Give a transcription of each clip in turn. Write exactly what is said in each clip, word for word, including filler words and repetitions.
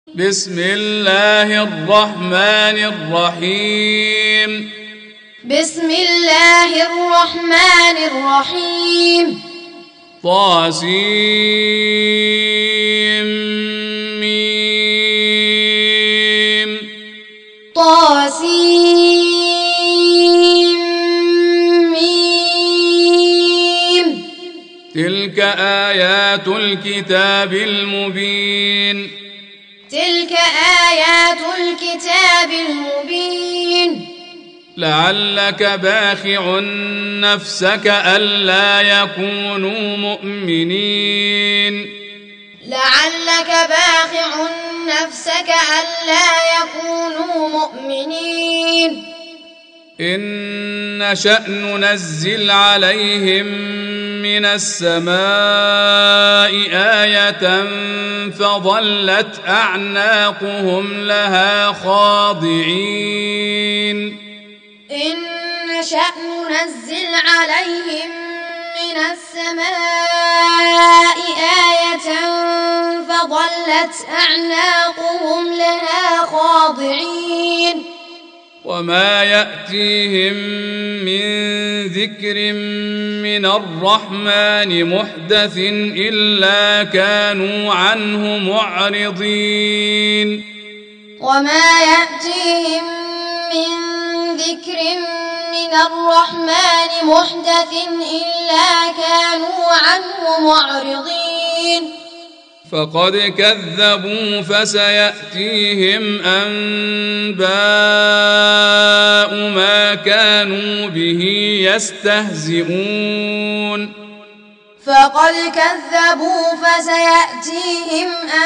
بسم الله الرحمن الرحيم بسم الله الرحمن الرحيم طاسيم ميم طاسيم ميم تلك آيات الكتاب المبين تلك آيات الكتاب المبين لعلك باخع نفسك ألا يكونوا مؤمنين لعلك باخع نفسك ألا يكونوا مؤمنين إن نشأ ننزل عليهم من السماء آية فظلت أعناقهم لها خاضعين إن نشأ ننزل عليهم من السماء آية فظلت أعناقهم لها خاضعين وما يأتيهم من ذكر من الرحمن محدث إلا كانوا عنه معرضين وما يأتيهم من ذكر من الرحمن محدث إلا كانوا عنه معرضين فقد كذبوا فسيأتيهم أنباء ما كانوا به يستهزئون فقد كذبوا فسيأتيهم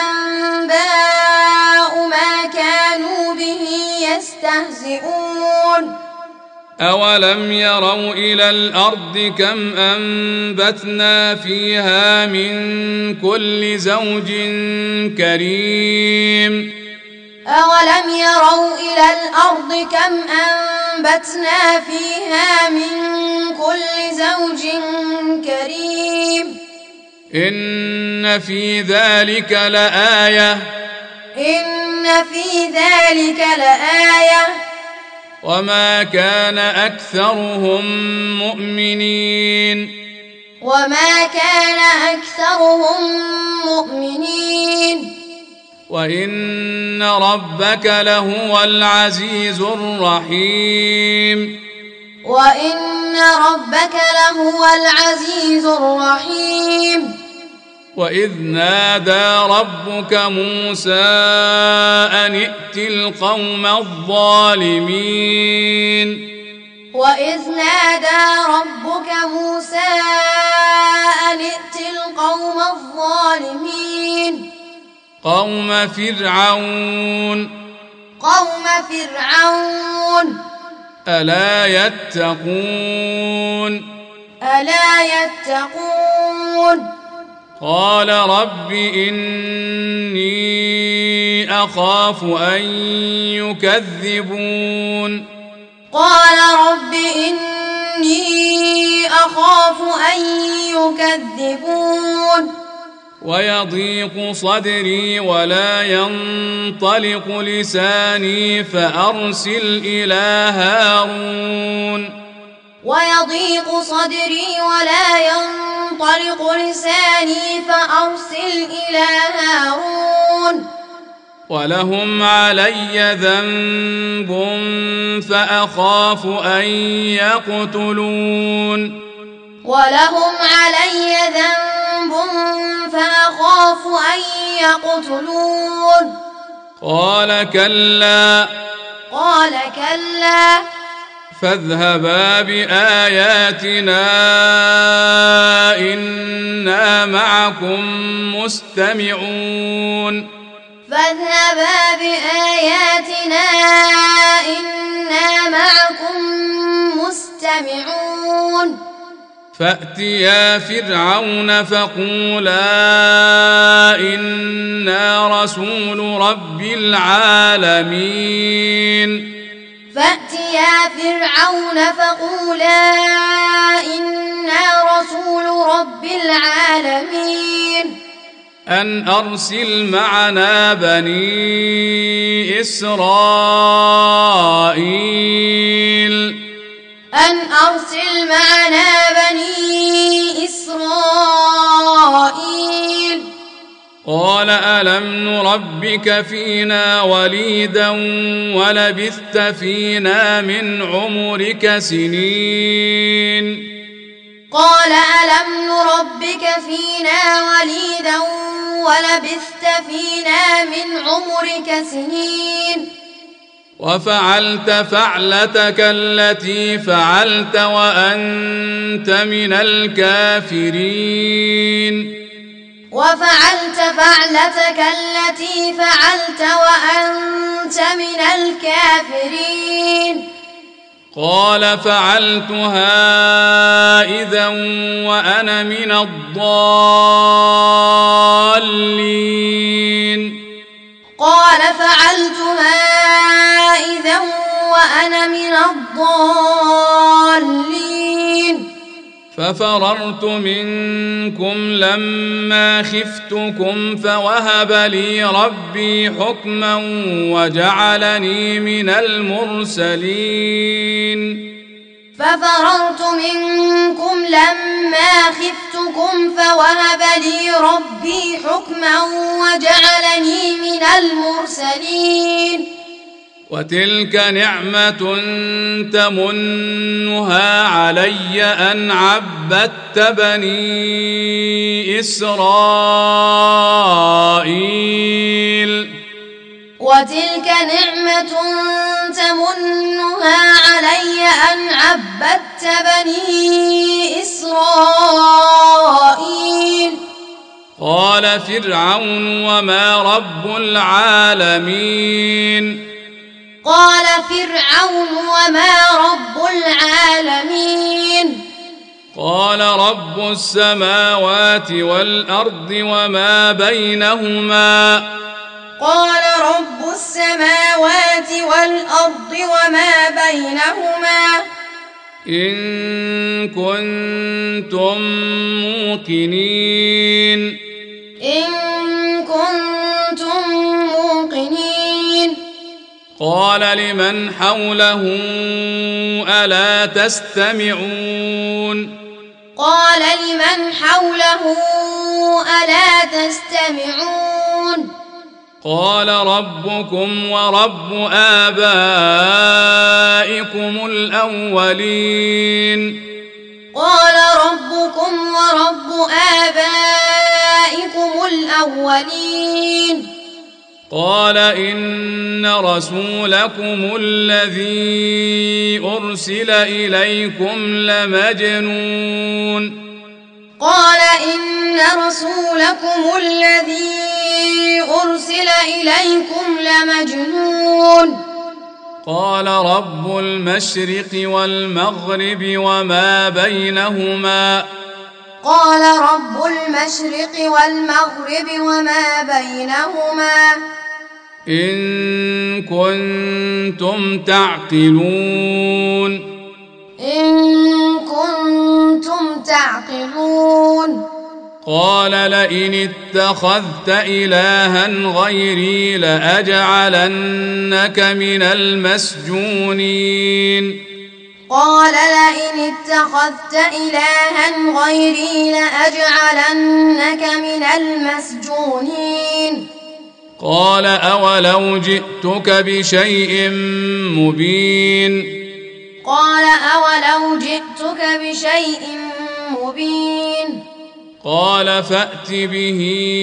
أنباء ما كانوا به يستهزئون أولم يروا إلى الأرض كم أنبتنا فيها من كل زوج كريم أولم يروا إلى الأرض كم أنبتنا فيها من كل زوج كريم إن في ذلك لآية إن في ذلك لآية وما كان أكثرهم مؤمنين وما كان أكثرهم مؤمنين وإن ربك لهو العزيز الرحيم وإن ربك لهو العزيز الرحيم وإذ نادى ربك موسى أن ائت القوم الظالمين وإذ نادى ربك موسى أن ائت القوم الظالمين قوم فرعون قوم فرعون ألا يتقون ألا يتقون قال رب إني أخاف أن يكذبون قال رب إني أخاف أن يكذبون ويضيق صدري ولا ينطلق لساني فأرسل إلى هارون ويضيق صدري ولا ينطلق لساني فأرسل إلى هارون ولهم علي ذنب فأخاف أن يقتلون ولهم علي ذنب فأخاف أن يقتلون قال كلا قال كلا فاذهبا بآياتنا إنا معكم مستمعون فاذهبا بآياتنا إنا معكم مستمعون فأتيا فرعون فقولا إنا رسول رب العالمين فأتيا فرعون فقولا إنا رسول رب العالمين أن أرسل معنا بني إسرائيل أن أرسل معنا بني إسرائيل قال ألم نربك فينا وليدا ولبثت فينا من عمرك سنين قال ألم نربك فينا وليدا ولبثت فينا من عمرك سنين وفعلت فعلتك التي فعلت وأنت من الكافرين وفعلت فعلتك التي فعلت وأنت من الكافرين قال فعلتها إذا وأنا من الضالين قال فعلتها إذا وأنا من الضالين ففررت منكم لما خفتكم فوهب لي ربي حكما وجعلني من المرسلين ففررت منكم لما خفتكم فوهب لي ربي حكما وجعلني من المرسلين وتلك نعمة تمنها علي أن عبدت بني إسرائيل وتلك نعمة تمنها علي أن عبدت بني إسرائيل قال فرعون وما رب العالمين قال فرعون وما رب العالمين قال رب السماوات والأرض وما بينهما قال رب السماوات والأرض وما بينهما إن كنتم موقنين إن كنتم موقنين قال لمن حوله ألا تستمعون قال لمن حوله ألا تستمعون قال ربكم ورب آبائكم الأولين قال ربكم ورب آبائكم الأولين قال إن رسولكم الذي أرسل إليكم لمجنون قال إن رسولكم الذي أرسل إليكم لمجنون قال رب المشرق والمغرب وما بينهما قال رب المشرق والمغرب وما بينهما إن كنتم تعقلون إن كنتم تعقلون قال لئن اتخذت إلها غيري لأجعلنك من المسجونين قال لئن اتخذت إلها غيري لأجعلنك من المسجونين قال أولو جئتك بشيء مبين قال أولو جئتك بشيء مبين قال فأت به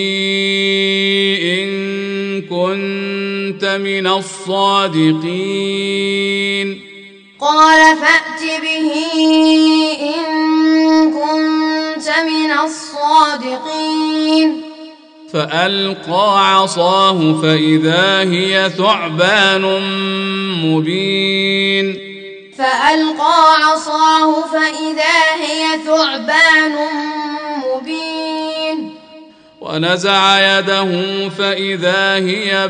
إن كنت من الصادقين قال فأت به إن كنت من الصادقين فألقى عصاه فإذا هي ثعبان مبين فألقى عصاه فإذا هي ثعبان مبين ونزع يده فإذا هي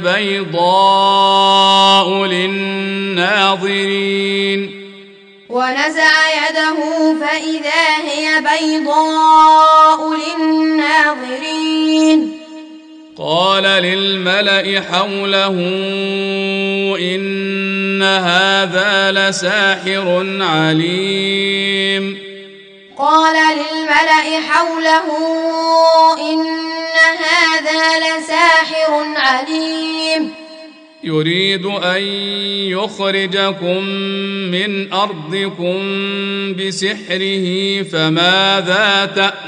بيضاء للناظرين ونزع يده فإذا هي بيضاء للناظرين قال للملأ حوله إن هذا لساحر عليم قال للملأ حوله إن هذا لساحر عليم يريد أن يخرجكم من أرضكم بسحره فماذا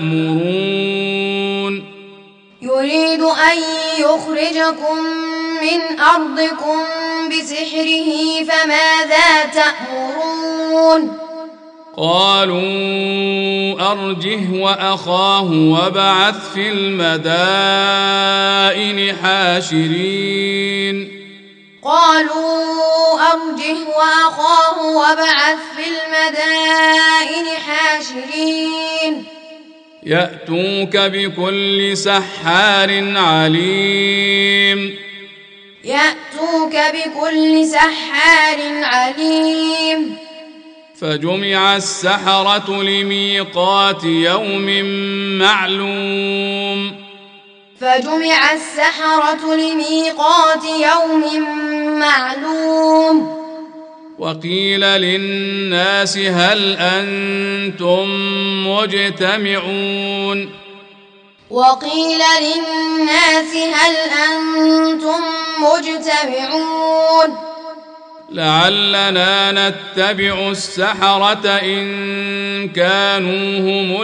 تأمرون يريد أن يخرجكم من أرضكم بسحره فماذا تأمرون قالوا أرجه وأخاه وابعث في المدائن حاشرين قالوا أرجه وأخاه وابعث في المدائن حاشرين يأتوك بكل سحار عليم يأتوك بكل سحار عليم فجمع السحرة لميقات يوم معلوم فجمع السحرة لميقات يوم معلوم وقيل للناس هل أنتم مجتمعون وقيل للناس هل أنتم مجتمعون لعلنا نتبع السحرة إن كانوا هم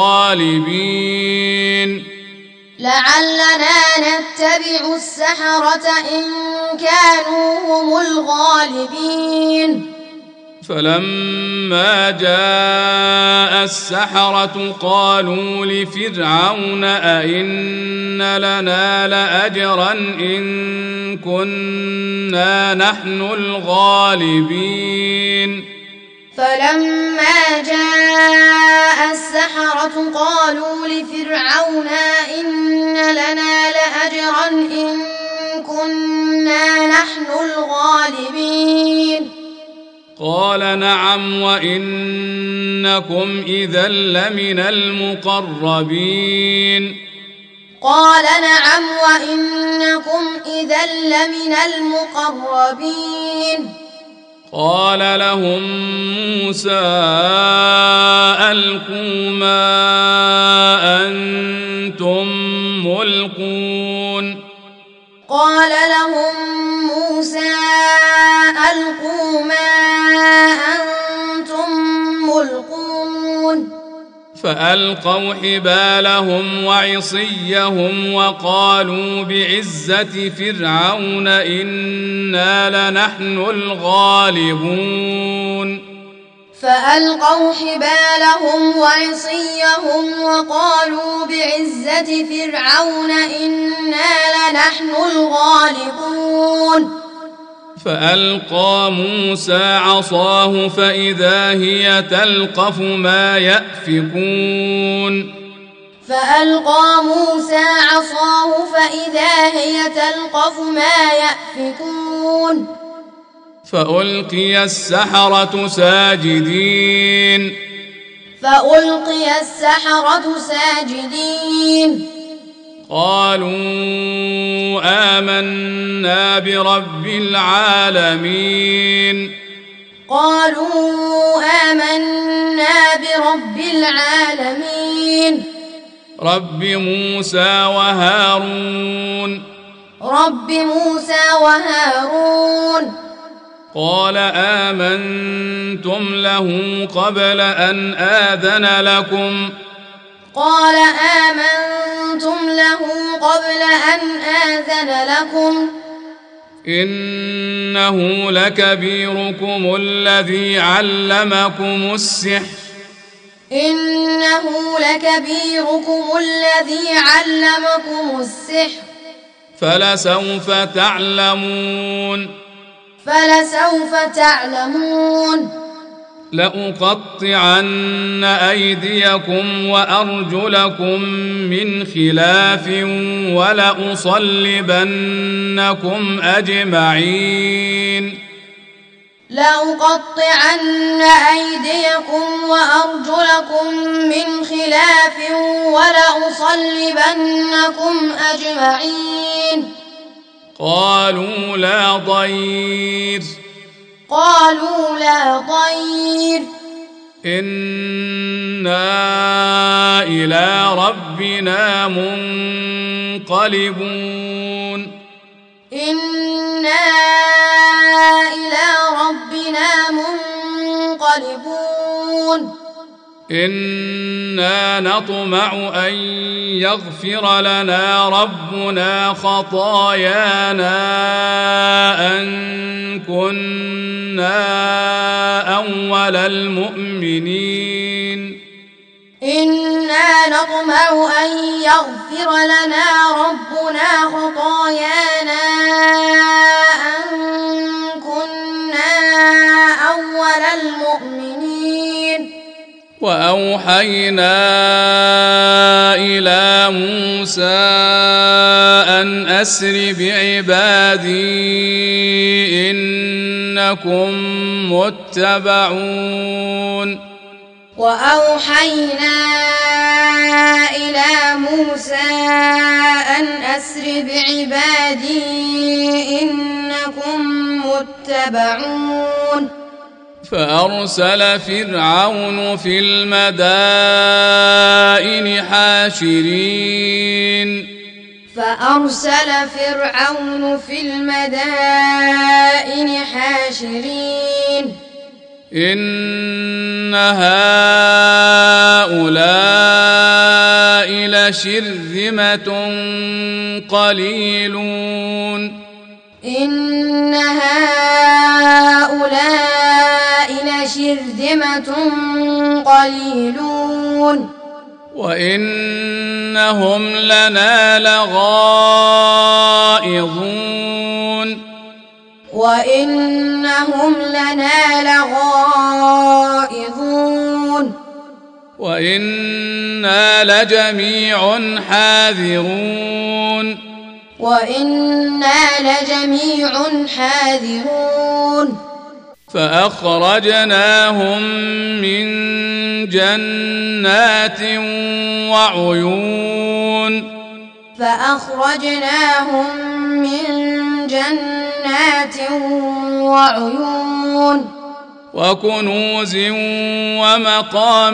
الغالبين لعلنا نتبع السحرة إن كانوا هم الغالبين فلما جاء السحرة قالوا لفرعون أئن لنا لأجرا إن كنا نحن الغالبين فلما جاء السحرة قالوا لفرعون إن لنا لأجرا إن كنا نحن الغالبين قال نعم وإنكم إذا لمن المقربين قال نعم وإنكم إذا لمن المقربين قال لهم موسى ألقوا ما أنتم ملقون قال لهم موسى ألقوا ما أنتم ملقون فألقوا حبالهم وعصيهم وقالوا بعزة فرعون إنا لنحن الغالبون فألقوا حبالهم وعصيهم وقالوا بعزة فرعون إنا لنحن الغالبون فألقى موسى عصاه فإذا هي تلقف ما يأفكون فألقى موسى عصاه فإذا هي تلقف ما يأفكون فألقي السحرة ساجدين فألقي السحرة ساجدين قالوا آمنا برب العالمين قالوا آمنا برب العالمين رب موسى وهارون رب موسى وهارون قال آمنتم له قبل أن آذن لكم قال آمنتم له قبل أن آذن لكم إنه لكبيركم الذي علمكم السحر إنه لكبيركم الذي علمكم السحر فلسوف تعلمون فلسوف تعلمون لأقطعن أيديكم وأرجلكم من خلاف ولأصلبنكم أجمعين لأقطعن أيديكم وأرجلكم من خلاف ولأصلبنكم أجمعين قالوا لا ضير قالوا لا ضير إنا إلى ربنا منقلبون إنا إلى ربنا منقلبون إنا نطمع أن يغفر لنا ربنا خطايانا أن كنا أول المؤمنين إنا نطمع أن يغفر لنا ربنا خطايانا أن كنا أول المؤمنين وأوحينا إلى موسى أن أسر بعبادي إنكم متبعون وأوحينا إلى موسى أن أسر بعبادي إنكم متبعون فأرسل فرعون في المدائن حاشرين فأرسل فرعون في المدائن حاشرين إن هؤلاء لشرذمة قليلون إن هؤلاء لشرذمة قليلون وإنهم لنا لغائظون وإنهم لنا لغائظون وإنا لجميع حاذرون وإنا لجميع حاذرون فأخرجناهم من جنات وعيون فأخرجناهم من جنات وعيون وكنوز ومقام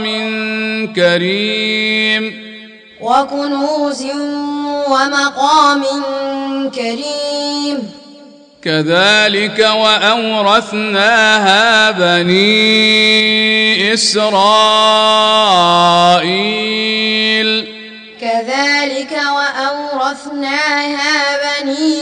كريم وكنوز ومقام كريم كذلك وأورثناها بني إسرائيل كذلك وأورثناها بني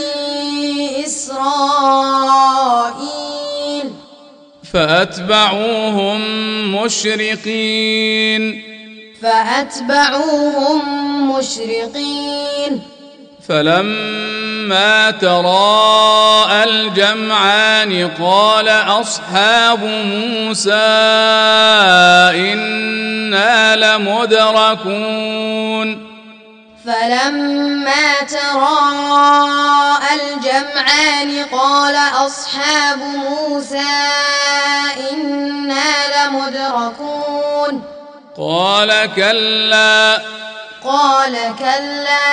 إسرائيل فأتبعوهم مشرقين فأتبعوهم مشرقين فلما تراءى الجمعان قال أصحاب موسى إنا لمدركون فلما تراءى الجمعان قال أصحاب موسى إنا لمدركون قال كلا قال كلا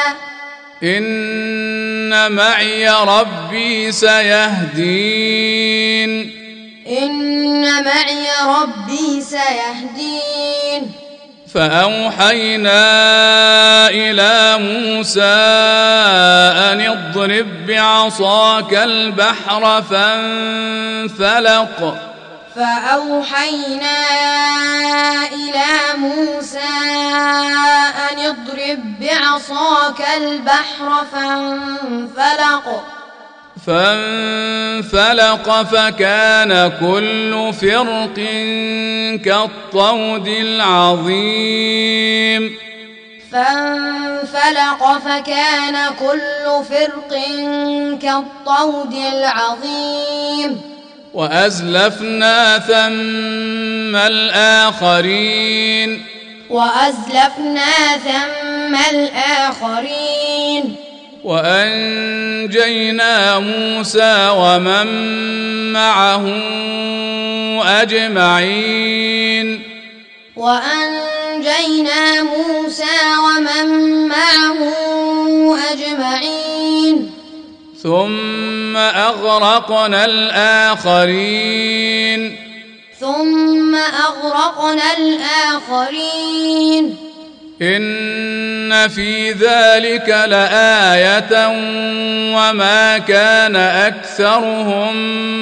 إن معي ربي سيهدين إن معي ربي سيهدين فأوحينا إلى موسى أن اضرب بعصاك البحر فانفلق فأوحينا إلى موسى أن اضرب بعصاك البحر فانفلق فانفلق فكان كل فرق كالطود العظيم فانفلق فكان كل فرق كالطود العظيم وأزلفنا ثم الآخرين وأزلفنا ثم الآخرين وأنجينا موسى ومن معه أجمعين وأنجينا موسى ومن معه أجمعين ثم أغرقنا الآخرين ثم أغرقنا الآخرين إن في ذلك لآية وما كان أكثرهم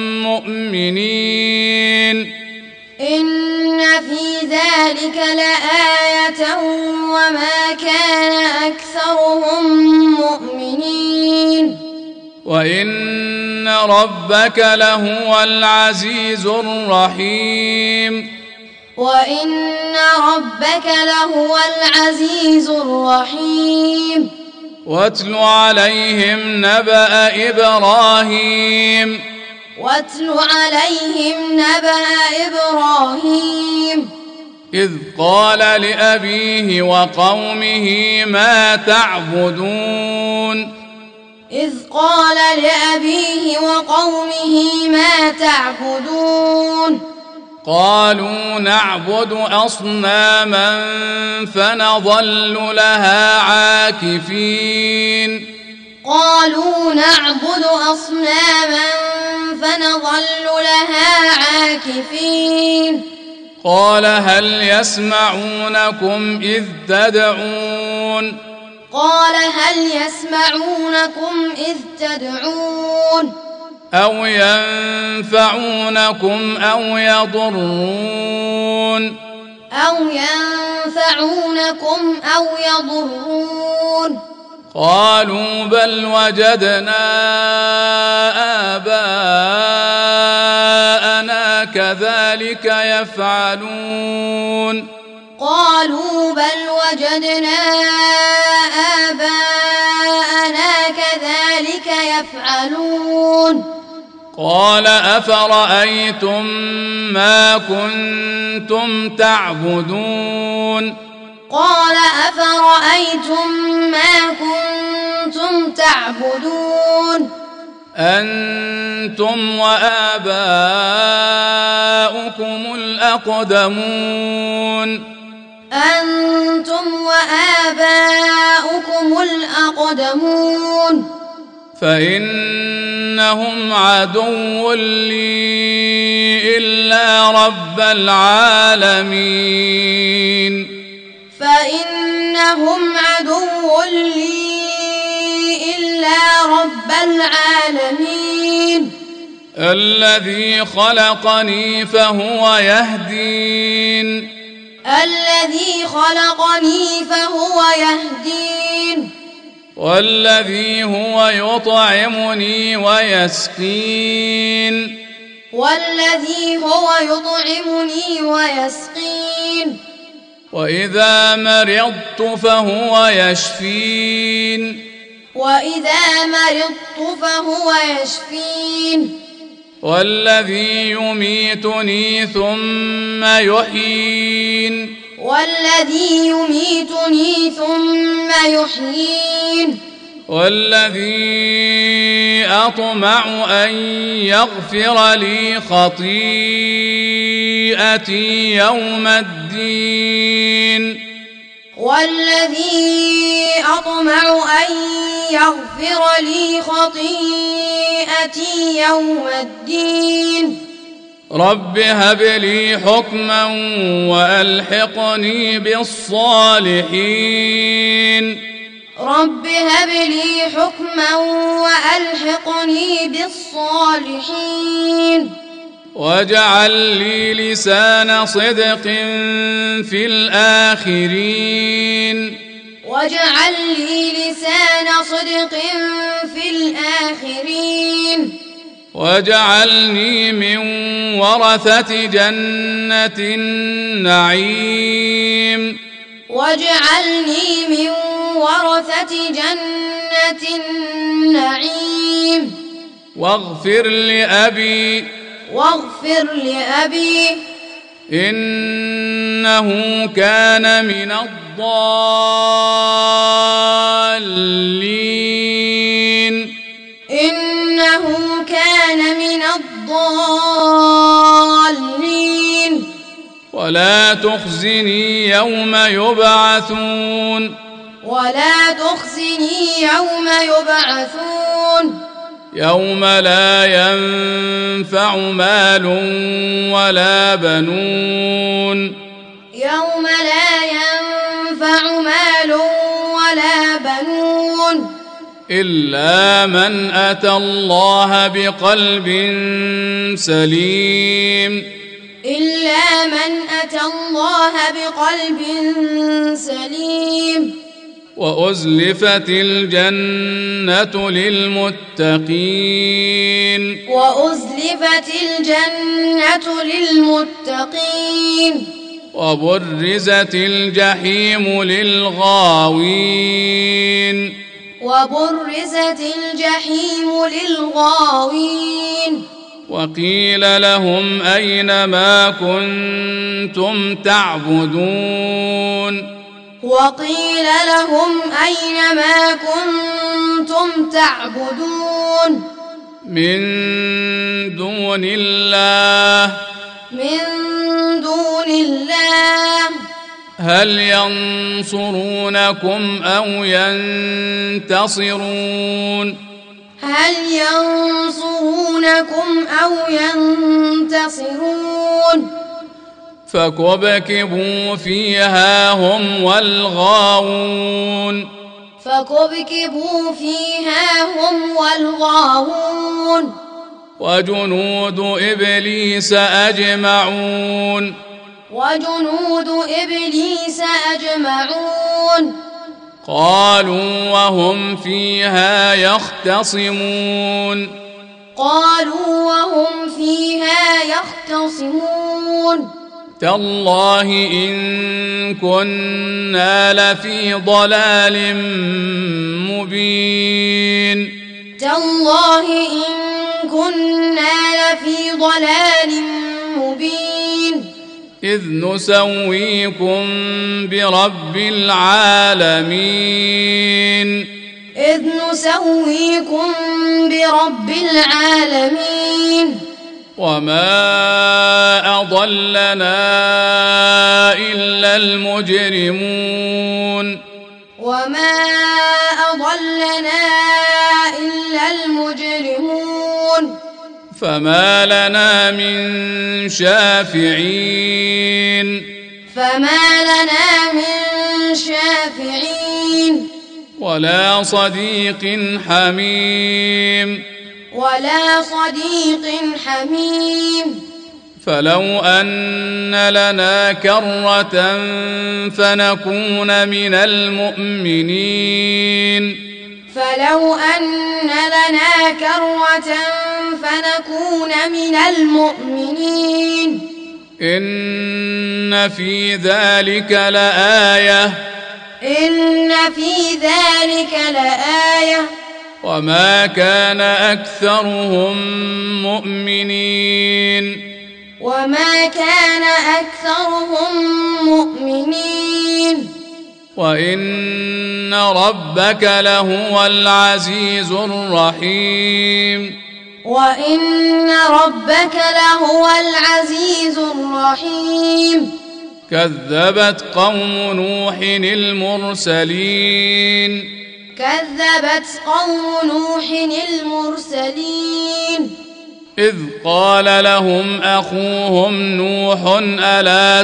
مؤمنين إن في ذلك لآية وما كان أكثرهم مؤمنين وإن ربك لهو العزيز الرحيم وإن ربك لهو العزيز الرحيم واتل عليهم نبأ إبراهيم واتل عليهم نبأ إبراهيم إذ قال لأبيه وقومه ما تعبدون إذ قال لأبيه وقومه ما تعبدون قالوا نعبد أصناما فنظل لها عاكفين قالوا نعبد أصناما فنظل لها عاكفين قال هل يسمعونكم إذ تدعون قال هل يسمعونكم إذ تدعون أو ينفعونكم أو يضرون أو ينفعونكم أو يضرون قالوا بل وجدنا آباءنا كذلك يفعلون قالوا بل وجدنا آباءنا كذلك يفعلون قال أفرأيتم ما كنتم تعبدون قال أفرأيتم ما كنتم تعبدون أنتم وآباؤكم الأقدمون أنتم وآباؤكم الأقدمون فإنهم عدو لي إلا رب العالمين فإنهم عدو لي إلا رب العالمين الذي خلقني فهو يهدين الذي خلقني فهو يهدين والذي هو يطعمني ويسقين والذي هو يطعمني ويسقين وإذا مرضت فهو يشفين وإذا مرضت فهو يشفين والذي يميتني ثم يحيين والذي يميتني ثم يحيين والذي أطمع أن يغفر لي خطيئتي يوم الدين والذي أطمع أن يغفر لي خطيئتي يوم الدين رب هب لي حكما وألحقني بالصالحين رب هب لي حكما وألحقني بالصالحين واجعل لي لسان صدق في الآخرين واجعل لي لسان صدق في الآخرين واجعلني من ورثة جنة النعيم واجعلني من ورثة جنة النعيم واغفر لأبي واغفر لأبي إنه كان من الضالين إنه كان من الضالين ولا تخزني يوم يبعثون ولا تخزني يوم يبعثون يوم لا ينفع مال ولا بنون يوم لا ينفع مال ولا بنون إلا من أتى الله بقلب سليم إلا من أتى الله بقلب سليم وأزلفت الجنة للمتقين وأزلفت الجنة للمتقين وبرزت الجحيم للغاوين وبرزت الجحيم للغاوين وقيل لهم أين ما كنتم تعبدون وقيل لهم أين ما كنتم تعبدون من دون الله من دون الله هل ينصرونكم أو ينتصرون هل ينصرونكم أو ينتصرون فكبكبوا فيها هم والغاوون فكبكبوا فيها هم والغاوون وجنود إبليس أجمعون وجنود إبليس أجمعون قالوا وهم فيها يختصمون قالوا وهم فيها يختصمون تالله إن كنا لفي ضلال مبين تالله إن كنا لفي ضلال مبين إذ نسويكم برب العالمين إذ نسويكم برب العالمين وما أضلنا إلا المجرمون وما أضلنا إلا المجرمون فما لنا من شافعين فما لنا من شافعين ولا صديق حميم ولا صديق حميم فلو أن لنا كرة فنكون من المؤمنين فلو أن لنا كرة فنكون من المؤمنين إن في ذلك لآية إن في ذلك لآية وما كان أكثرهم مؤمنين وما كان أكثرهم مؤمنين وإن ربك لهو العزيز الرحيم وإن ربك لهو العزيز الرحيم كذبت قوم نوح المرسلين كذبت قوم نوح المرسلين إذ قال لهم أخوهم نوح ألا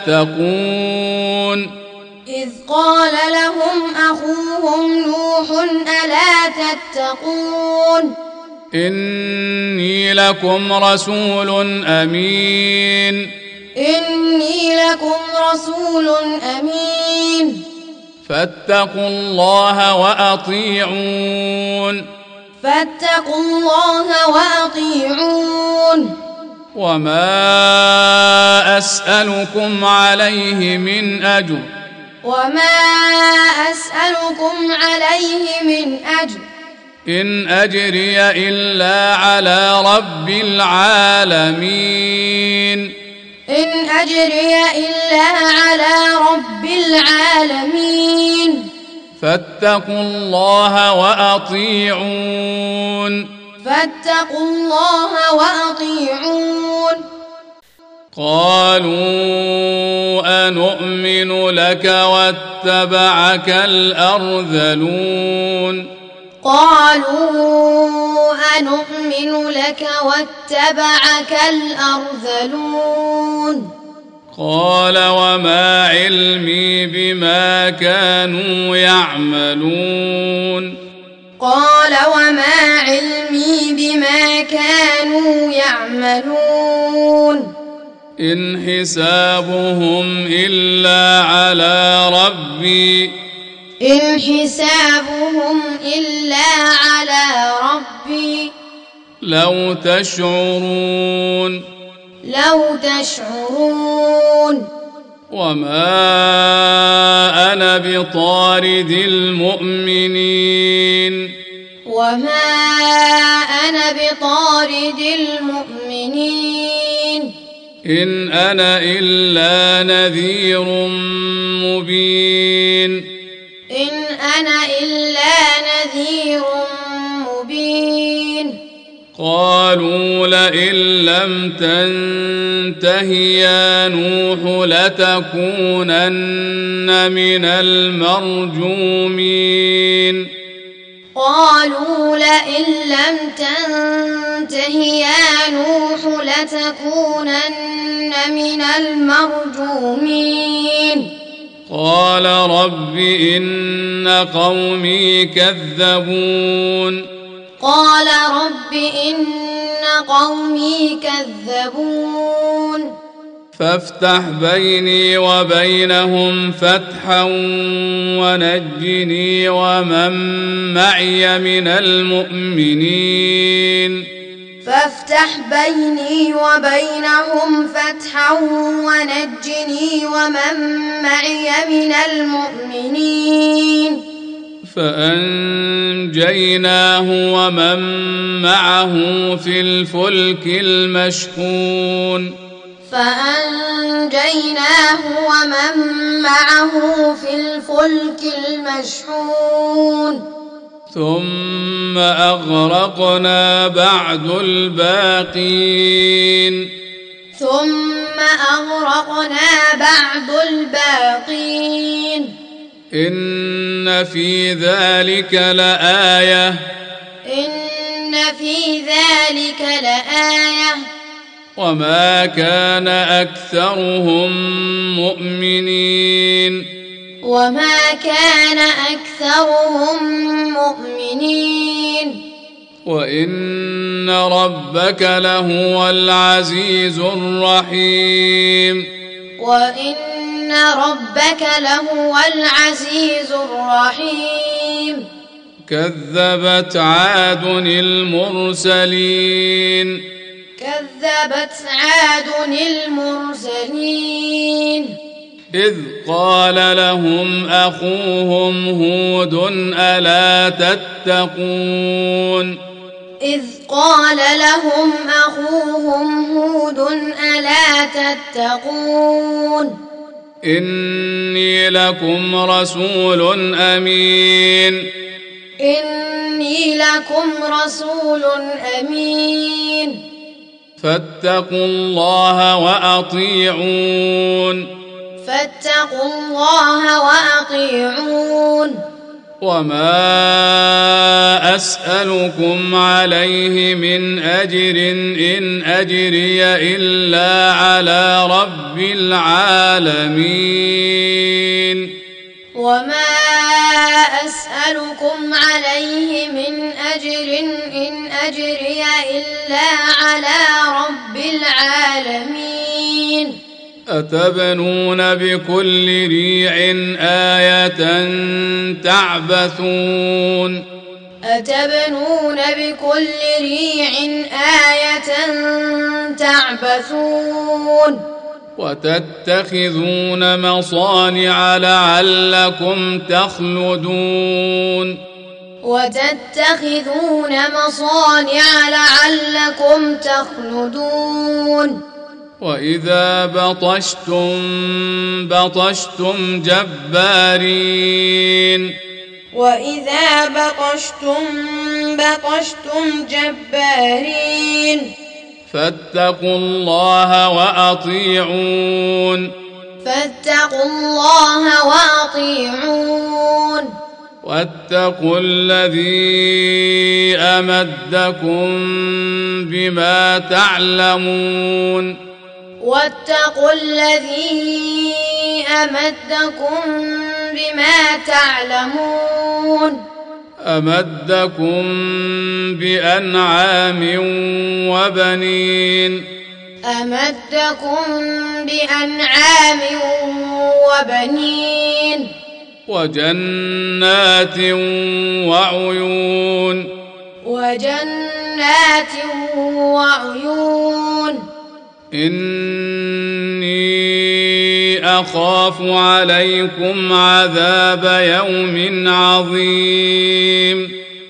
تتقون إذ قال لهم أخوهم نوح ألا تتقون إني لكم رسول أمين إني لكم رسول أمين فاتقوا الله وأطيعون فاتقوا الله وأطيعون وما أسألكم عليه من أجر وما أسألكم عليه من أجر إن أجري إلا على رب العالمين إن أجري إلا على رب العالمين فاتقوا الله وأطيعون فاتقوا الله وأطيعون قالوا أنؤمن لك واتبعك الأرذلون قالوا أنؤمن لك واتبعك الأرذلون قال وما علمي بما كانوا يعملون قال وما علمي بما كانوا يعملون إن حسابهم إلا على ربي إن حسابهم إلا على ربي لو تشعرون لو تشعرون وما أنا بطارد المؤمنين وما أنا بطارد المؤمنين إن أنا إلا نذير مبين إن أنا إلا نذير مبين قالوا لئن لم تنته يا نوح لتكونن من المرجومين قالوا لئن لم تنته يا نوح لتكونن من المرجومين قال رب إن قومي كذبون قال رب إن قومي كذبون فافتح بيني وبينهم فتحا ونجني ومن معي من المؤمنين فافتح بيني وبينهم فتحا ونجني ومن معي من المؤمنين فأنجيناه ومن معه في الفلك المشحون فأنجيناه ومن معه في الفلك المشحون ثم أغرقنا بعد الباقين ثم أغرقنا بعد الباقين إن في ذلك لآية إن في ذلك لآية وما كان أكثرهم مؤمنين وما كان أكثرهم مؤمنين وإن ربك لهو العزيز الرحيم وإن ربك لهو العزيز الرحيم كذبت عاد المرسلين كذبت عاد المرسلين إذ قال لهم أخوهم هود ألا تتقون إذ قال لهم أخوهم هود ألا تتقون إني لكم رسول أمين إني لكم رسول أمين فاتقوا الله وأطيعون فاتقوا الله وأطيعون وما أسألكم عليه من أجر إن أجري إلا على رب العالمين وما أسألكم عليه من أجر إن أجري إلا على رب العالمين أتبنون بكل ريع آية تعبثون أتبنون بكل ريع آية تعبثون وتتخذون مصانع لعلكم تخلدون وتتخذون مصانع لعلكم تخلدون وإذا بطشتم بطشتم جبارين وإذا بطشتم بطشتم جبارين فاتقوا الله وأطيعون فاتقوا الله وأطيعون واتقوا الذي أمدكم بما تعلمون واتقوا الذي أمدكم بما تعلمون أمدكم بأنعام وبنين أمدكم بأنعام وبنين وجنات وعيون وجنات وعيون إني أخاف عليكم عذاب يوم عظيم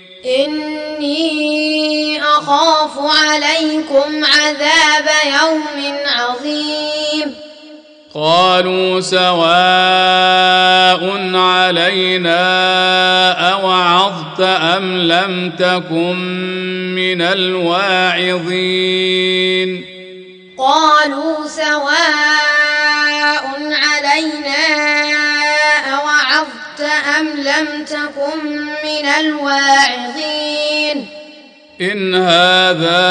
إني أخاف عليكم عذاب يوم عظيم قالوا سواء علينا أوعظت أم لم تكن من الواعظين قالوا سواء علينا أوعظت أم لم تكن من الواعظين إن هذا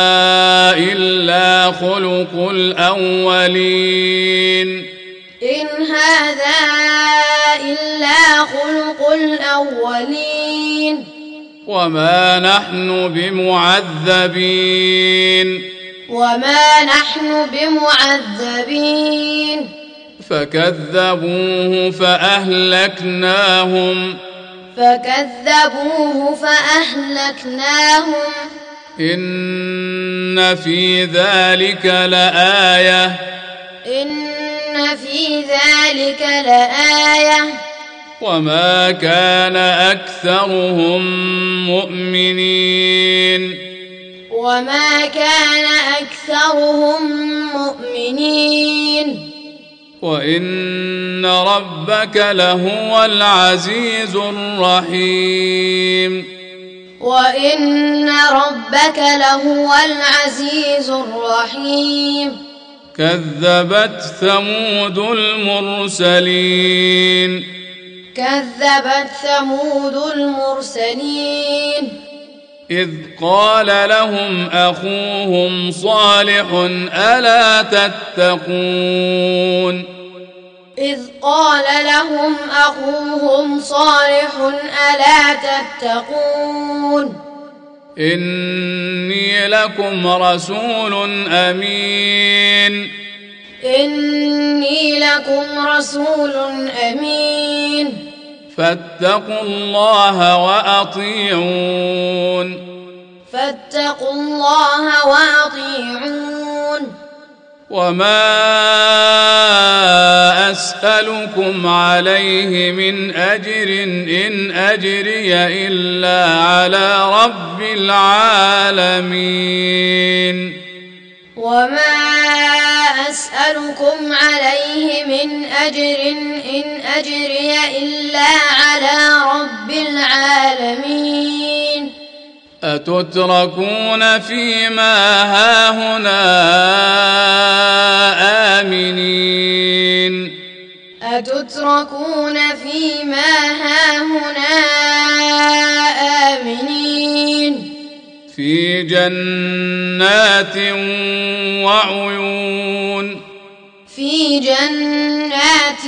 إلا خلق الأولين إن هذا إلا خلق الأولين وما نحن بمعذبين وما نحن بمعذبين فكذبوه فأهلكناهم فكذبوه فأهلكناهم إن في ذلك لآية إن في ذلك لآية وما كان أكثرهم مؤمنين وما كان أكثرهم مؤمنين وإن ربك لهو العزيز الرحيم وإن ربك لهو العزيز الرحيم كذبت ثمود المرسلين كذبت ثمود المرسلين إذ قال لهم أخوهم صالح ألا تتقون إذ قال لهم أخوهم صالح ألا تتقون إني لكم رسول أمين إني لكم رسول أمين فاتقوا الله وأطيعون فاتقوا الله وأطيعون وما أسألكم عليه من أجر إن أجري إلا على رب العالمين وما أسألكم عليه من أجر إن أجري إلا على رب العالمين أتتركون فيما هاهنا آمنين أتتركون فيما هاهنا آمنين في جنات وعيون في جنات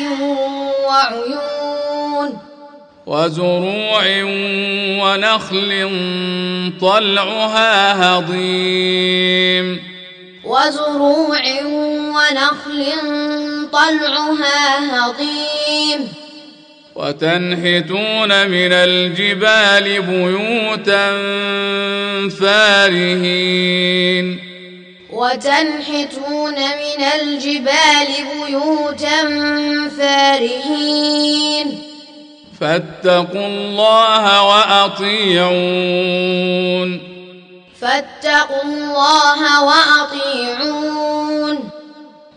وعيون وزروع ونخل طلعها هضيم وزروع ونخل طلعها هضيم وتنحتون من الجبال بيوتا فارهين وتنحتون من الجبال بيوتا فارهين فاتقوا الله وأطيعون فاتقوا الله وأطيعون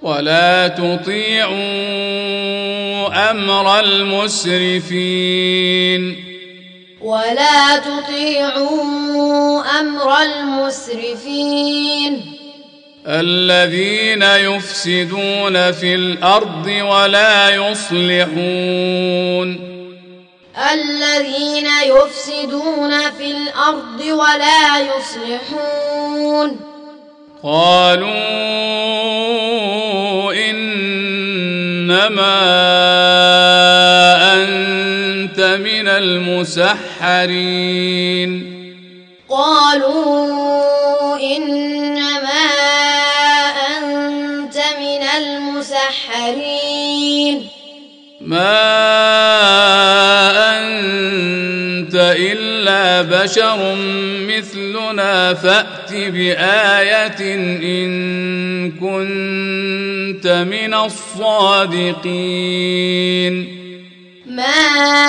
ولا تطيعوا أمر المسرفين ولا تطيعوا أمر المسرفين الذين يفسدون في الأرض ولا يصلحون الذين يفسدون في الأرض ولا يصلحون قالوا إنما أنت من المسحرين قالوا إنما أنت من المسحرين ما أنت إلا بشر مثلنا فأت بآية إن كنت من الصادقين ما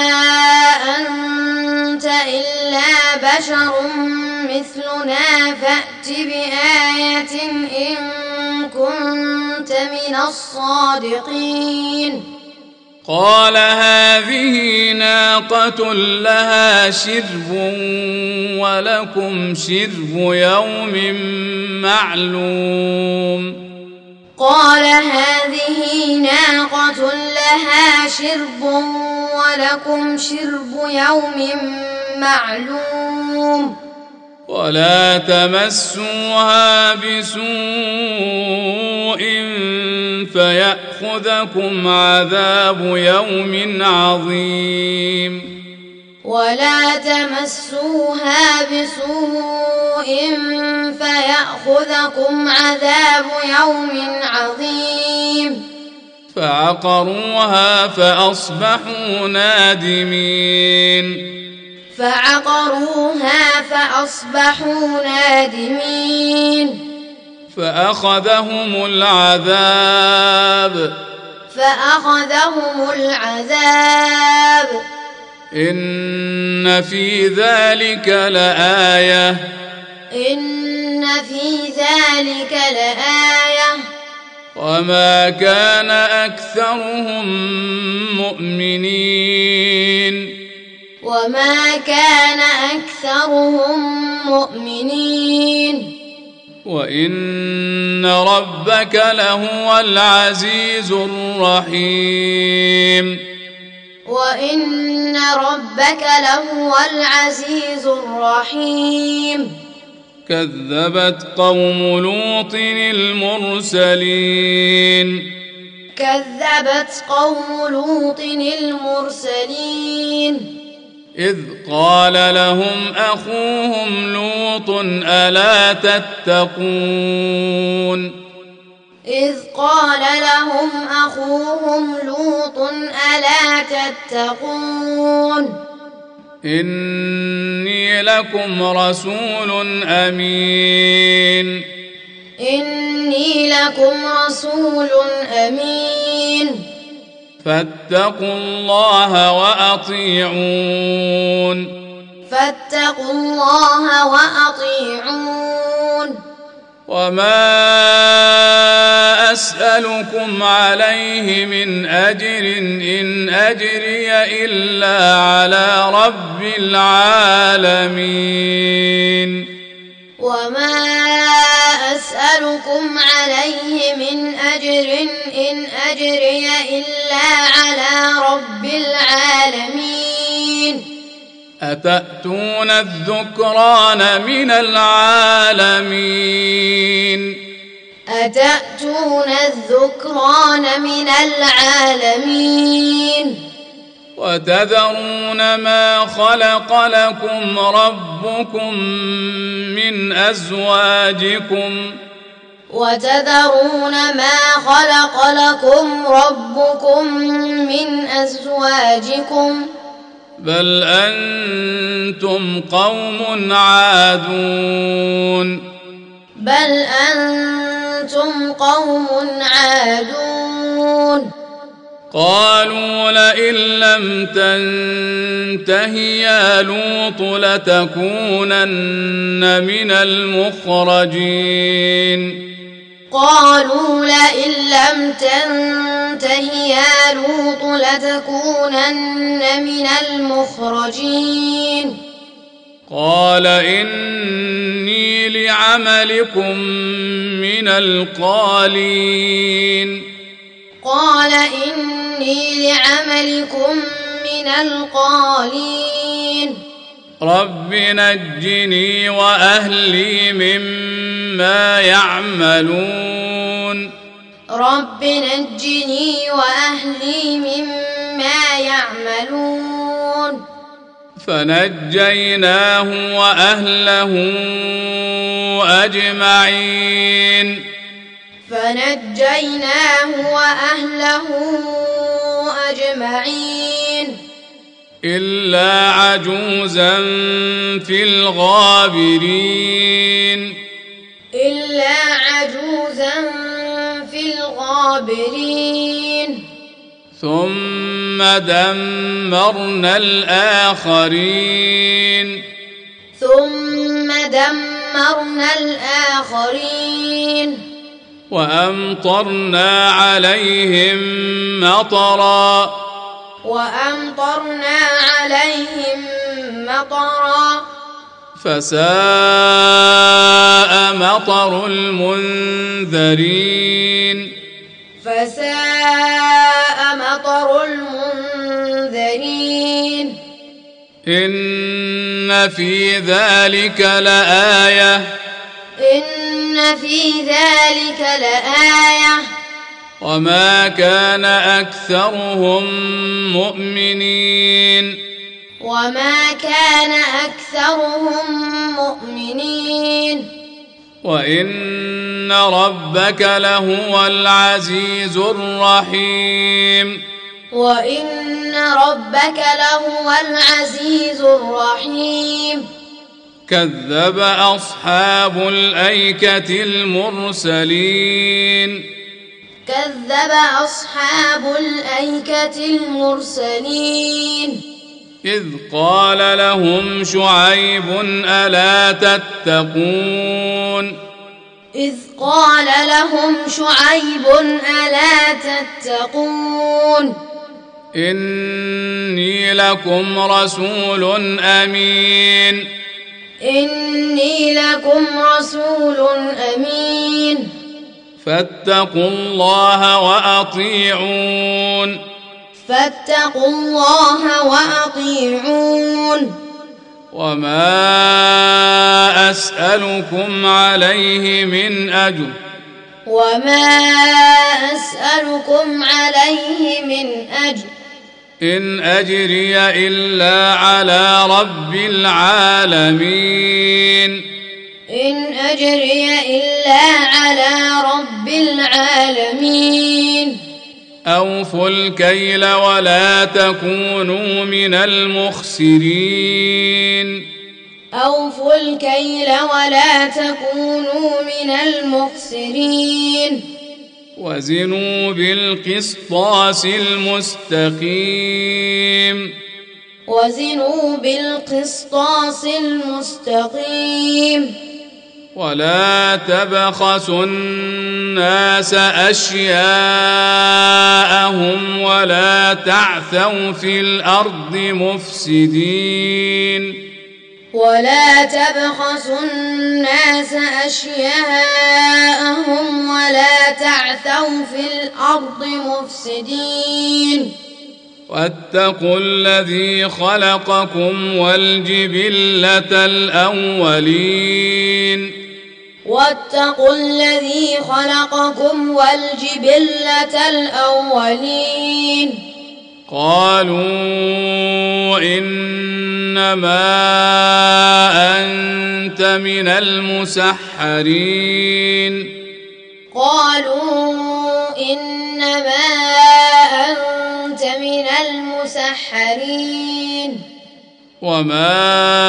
أنت إلا بشر مثلنا فأت بآية إن كنت من الصادقين قال هذه ناقة لها شرب ولكم شرب يوم معلوم قال هذه ناقة لها شرب ولكم شرب يوم معلوم ولا تمسوها بسوء فيأخذكم عذاب يوم عظيم ولا تمسوها بسوء فيأخذكم عذاب يوم عظيم فعقروها فأصبحوا نادمين فعقروها فأصبحوا نادمين فأخذهم العذاب فأخذهم العذاب إن في ذلك لآية إن في ذلك لآية وما كان أكثرهم مؤمنين وما كان أكثرهم مؤمنين وإن ربك لهو العزيز الرحيم وإن ربك لهو العزيز الرحيم كذبت قوم لوط المرسلين كذبت قوم لوط المرسلين إذ قال لهم أخوهم لوط ألا تتقون إذ قال لهم أخوهم لوط ألا تتقون إني لكم رسول أمين إني لكم رسول أمين فاتقوا الله وأطيعون فاتقوا الله وأطيعون وما أسألكم عليه من أجر إن أجري إلا على رب العالمين وما أسألكم عليه من أجر إن أجري إلا على رب العالمين أتأتون الذكران من العالمين أتأتون الذكران من العالمين وتذرون ما خلق لكم ربكم من أزواجكم وتذرون ما خلق لكم ربكم من أزواجكم بل أنتم قوم عادون بل أنتم قوم عادون قالوا لئن لم تنته يا لوط لتكونن من المخرجين قالوا لئن لم تنته يا لوط لتكونن من المخرجين قال إني لعملكم من القالين قال إني لعملكم من القالين رب نجني وأهلي مما يعملون رب نجني وأهلي مما يعملون فنجيناه وأهله أجمعين فنجيناه وأهله أجمعين إلا عجوزا في الغابرين إلا عجوزا في الغابرين ثم دمرنا الآخرين ثم دمرنا الآخرين وأمطرنا عليهم مطرا وأمطرنا عليهم مطرا فساء مطر المنذرين فساء مطر المنذرين إن في ذلك لآية إن في ذلك لآية وما كان أكثرهم مؤمنين وما كان أكثرهم مؤمنين وإن ربك لهو العزيز الرحيم وإن ربك لهو العزيز الرحيم كذب أصحاب الأيكة المرسلين كذب أصحاب الأيكة المرسلين إذ قال لهم شعيب ألا تتقون إذ قال لهم شعيب ألا تتقون إني لكم رسول أمين إني لكم رسول أمين فاتقوا الله وأطيعون فاتقوا الله وأطيعون وما أسألكم عليه من أجر وما أسألكم عليه من أجر إن أجري إلا على رب العالمين إن أجري إلا على رب العالمين أوفوا الكيل ولا تكونوا من المخسرين أوفوا الكيل ولا تكونوا من المخسرين وزنوا بالقسطاس المستقيم وزنوا بالقسطاس المستقيم ولا تبخسوا الناس أشياءهم ولا تعثوا في الأرض مفسدين ولا تبخسوا الناس أشياءهم ولا تعثوا في الأرض مفسدين واتقوا الذي خلقكم والجبلة الأولين واتقوا الذي خلقكم والجبلة الأولين قالوا إنما أنت من المسحرين قالوا إنما أنت من المسحرين وما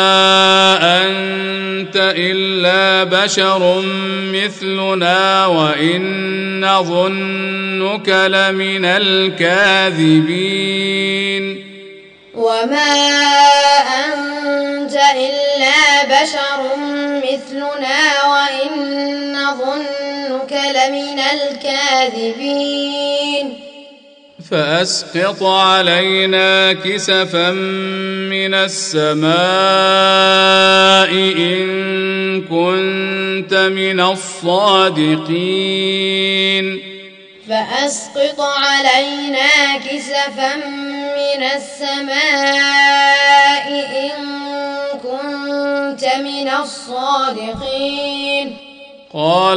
أنت إلا بشر مثلنا وإن نظنك لمن الكاذبين وما أنت إلا بشر مثلنا وإن نظنك لمن الكاذبين فأسقط علينا كسفا من السماء إن كنت من الصادقين فأسقط علينا كسفا من السماء إن كنت من الصادقين قال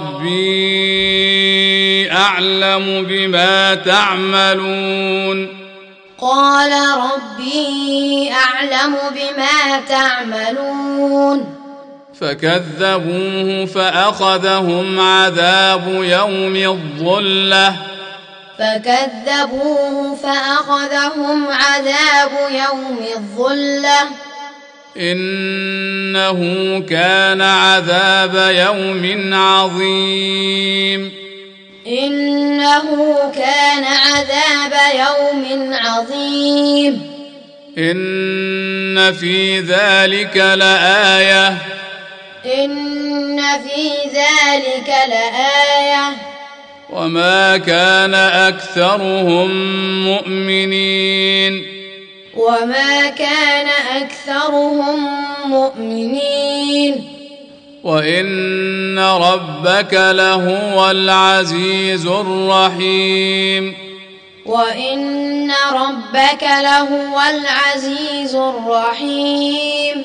ربي أعلم بما تعملون قال ربي أعلم بما تعملون فكذبوه فأخذهم عذاب يوم الظلة فكذبوه فأخذهم عذاب يوم الظلة إنه كان عذاب يوم عظيم إنه كان عذاب يوم عظيم إن في ذلك لآية إن في ذلك لآية وما كان أكثرهم مؤمنين وما كان أكثرهم مؤمنين وإن ربك لهو العزيز الرحيم وإن ربك لهو العزيز الرحيم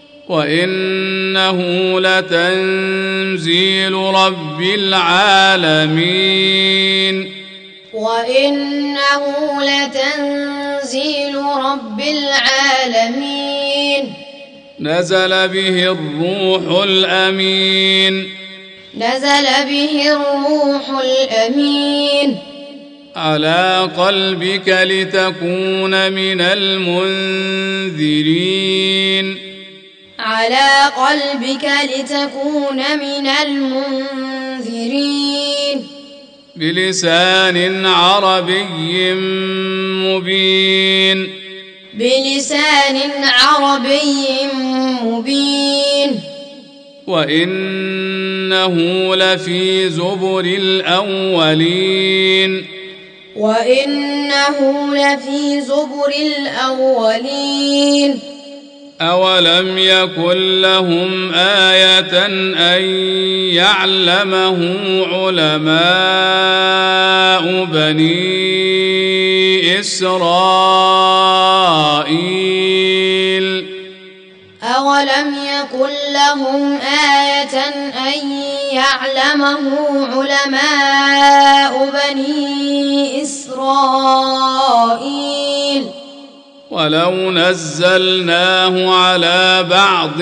وإنه لتنزيل رب العالمين وإنه لتنزيل رب العالمين نزل به الروح الأمين نزل به الروح الأمين على قلبك لتكون من المنذرين على قلبك لتكون من المنذرين بلسان عربي مبين بلسان عربي مبين وإنه لفي زبر الأولين وإنه لفي زبر الأولين أولم يكن لهم آية أن يعلمه علماء بني إسرائيل أولم يكن لهم آية أن يعلمه علماء بني إسرائيل ولو نزلناه على بعض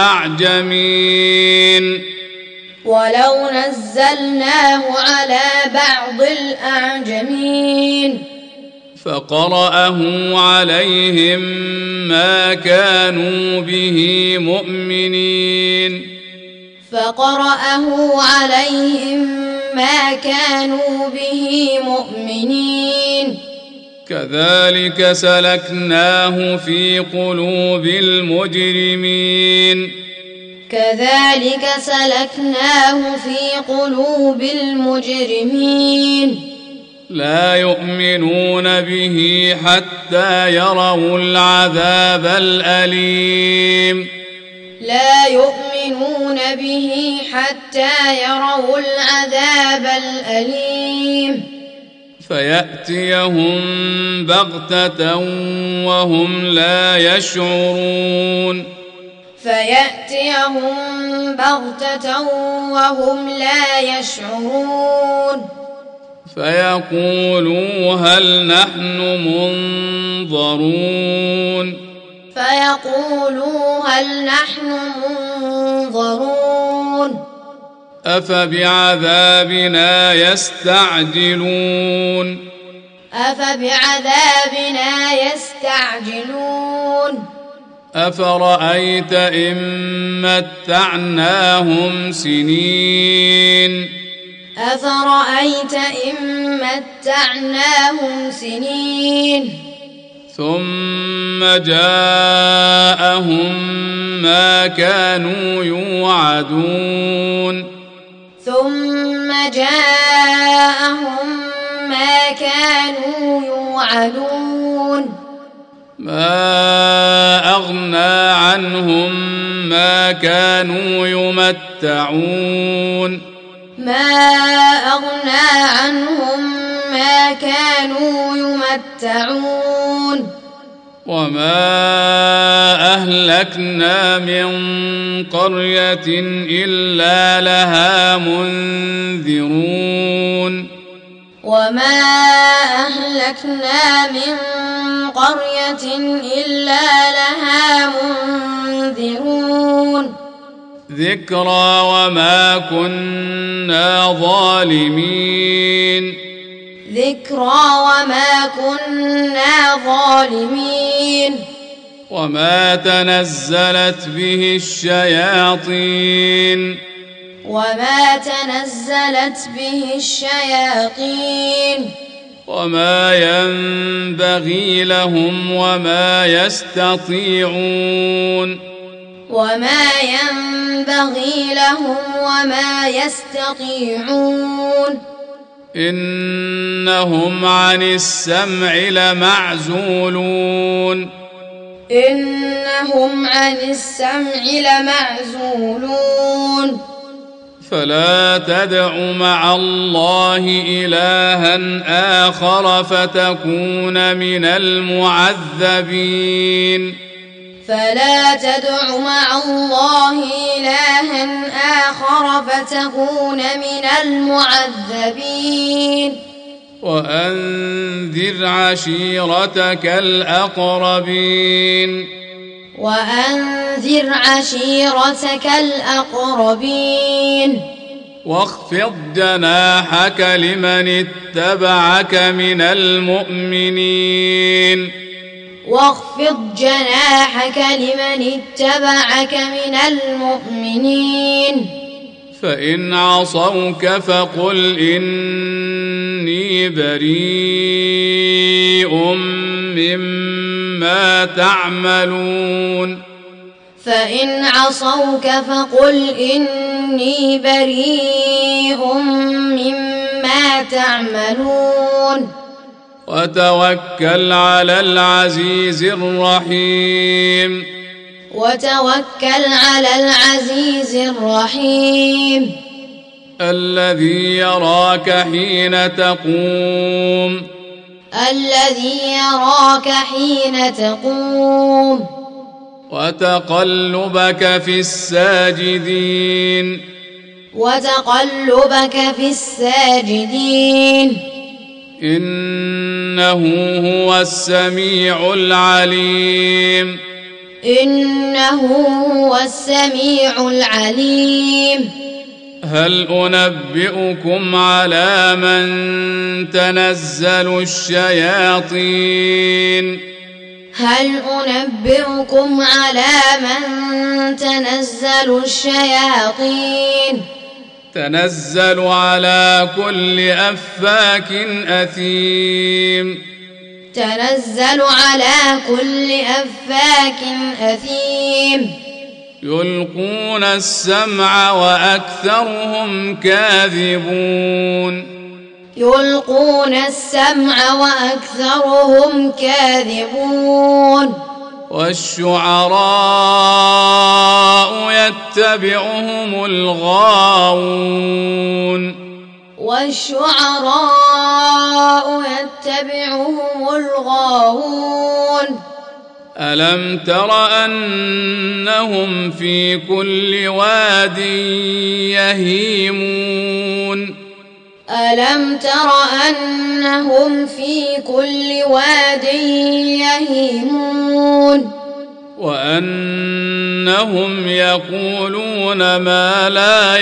الأعجمين ولو نزلناه على بعض الأعجمين فقرأه عليهم ما كانوا به مؤمنين فقرأه عليهم ما كانوا به مؤمنين كذلك سلكناه في قلوب المجرمين كذلك سلكناه في قلوب المجرمين لا يؤمنون به حتى يروا العذاب الأليم لا يؤمنون به حتى يروا العذاب الأليم فيأتيهم بغتة وهم لا يشعرون فيأتيهم بغتة وهم لا يشعرون فيقولوا هل نحن منظرون فيقولوا هل نحن منظرون أفبعذابنا يستعجلون أفبعذابنا يستعجلون أفرأيت إن متعناهم سنين أفرأيت إن متعناهم سنين ثم جاءهم ما كانوا يوعدون ثم جاءهم ما كانوا يوعدون ما أغنى عنهم ما كانوا يمتعون ما أغنى عنهم ما كانوا يمتعون وما أهلكنا من قرية إلا لها منذرون وما أهلكنا من قرية إلا لها منذرون ذكرى وما كنا ظالمين ذكرى وما كنا ظالمين وما تنزلت به الشياطين وما تنزلت به الشياطين وما ينبغي لهم وما يستطيعون وما ينبغي لهم وما يستطيعون إنهم عن السمع لمعزولون إنهم عن السمع لمعزولون فلا تدع مع الله إلها آخر فتكون من المعذبين فلا تدع مع الله إلها آخر فتكون من المعذبين وأنذر عشيرتك الأقربين وأنذر عشيرتك الأقربين واخفض جناحك لمن اتبعك من المؤمنين واخفض جناحك لمن اتبعك من المؤمنين فإن عصوك فقل إني بريء مما تعملون فإن عصوك فقل إني بريء مما تعملون وتوكل على العزيز الرحيم وتوكل على العزيز الرحيم الذي يراك حين تقوم الذي يراك حين تقوم وتقلبك في الساجدين وتقلبك في الساجدين إنه هو السميع العليم إنه هو السميع العليم هل أنبئكم على من تنزل الشياطين هل أنبئكم على من تنزل الشياطين تنزل على كل أفاك أثيم تنزل على كل أفاك أثيم يلقون السمع وأكثرهم كاذبون يلقون السمع وأكثرهم كاذبون والشعراء يتبعهم الغاوون والشعراء يتبعهم الغاوون ألم تر أنهم في كل واد يهيمون ألم تر أنهم في كل واد يهيمون وأنهم يقولون ما لا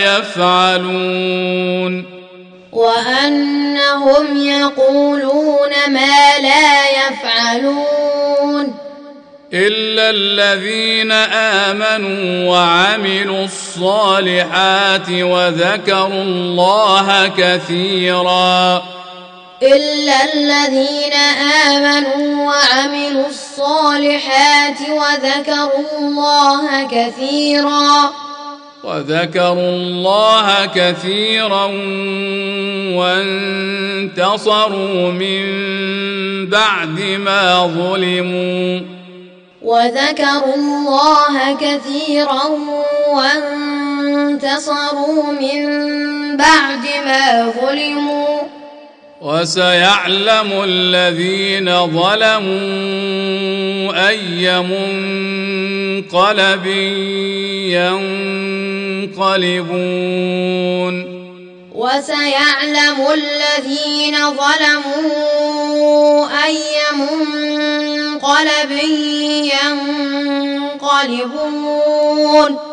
يفعلون وأنهم يقولون ما لا يفعلون إلا الذين آمنوا وعملوا الصالحات وذكروا الله كثيرا إلا الذين آمنوا وعملوا الصالحات وذكروا الله كثيرا وذكروا الله كثيرا وانتصروا من بعد ما ظلموا وذكروا الله كثيرا وانتصروا من بعد ما ظلموا وسيعلم الذين ظلموا أي منقلب ينقلبون وسيعلم الذين ظلموا أي منقلب ينقلبون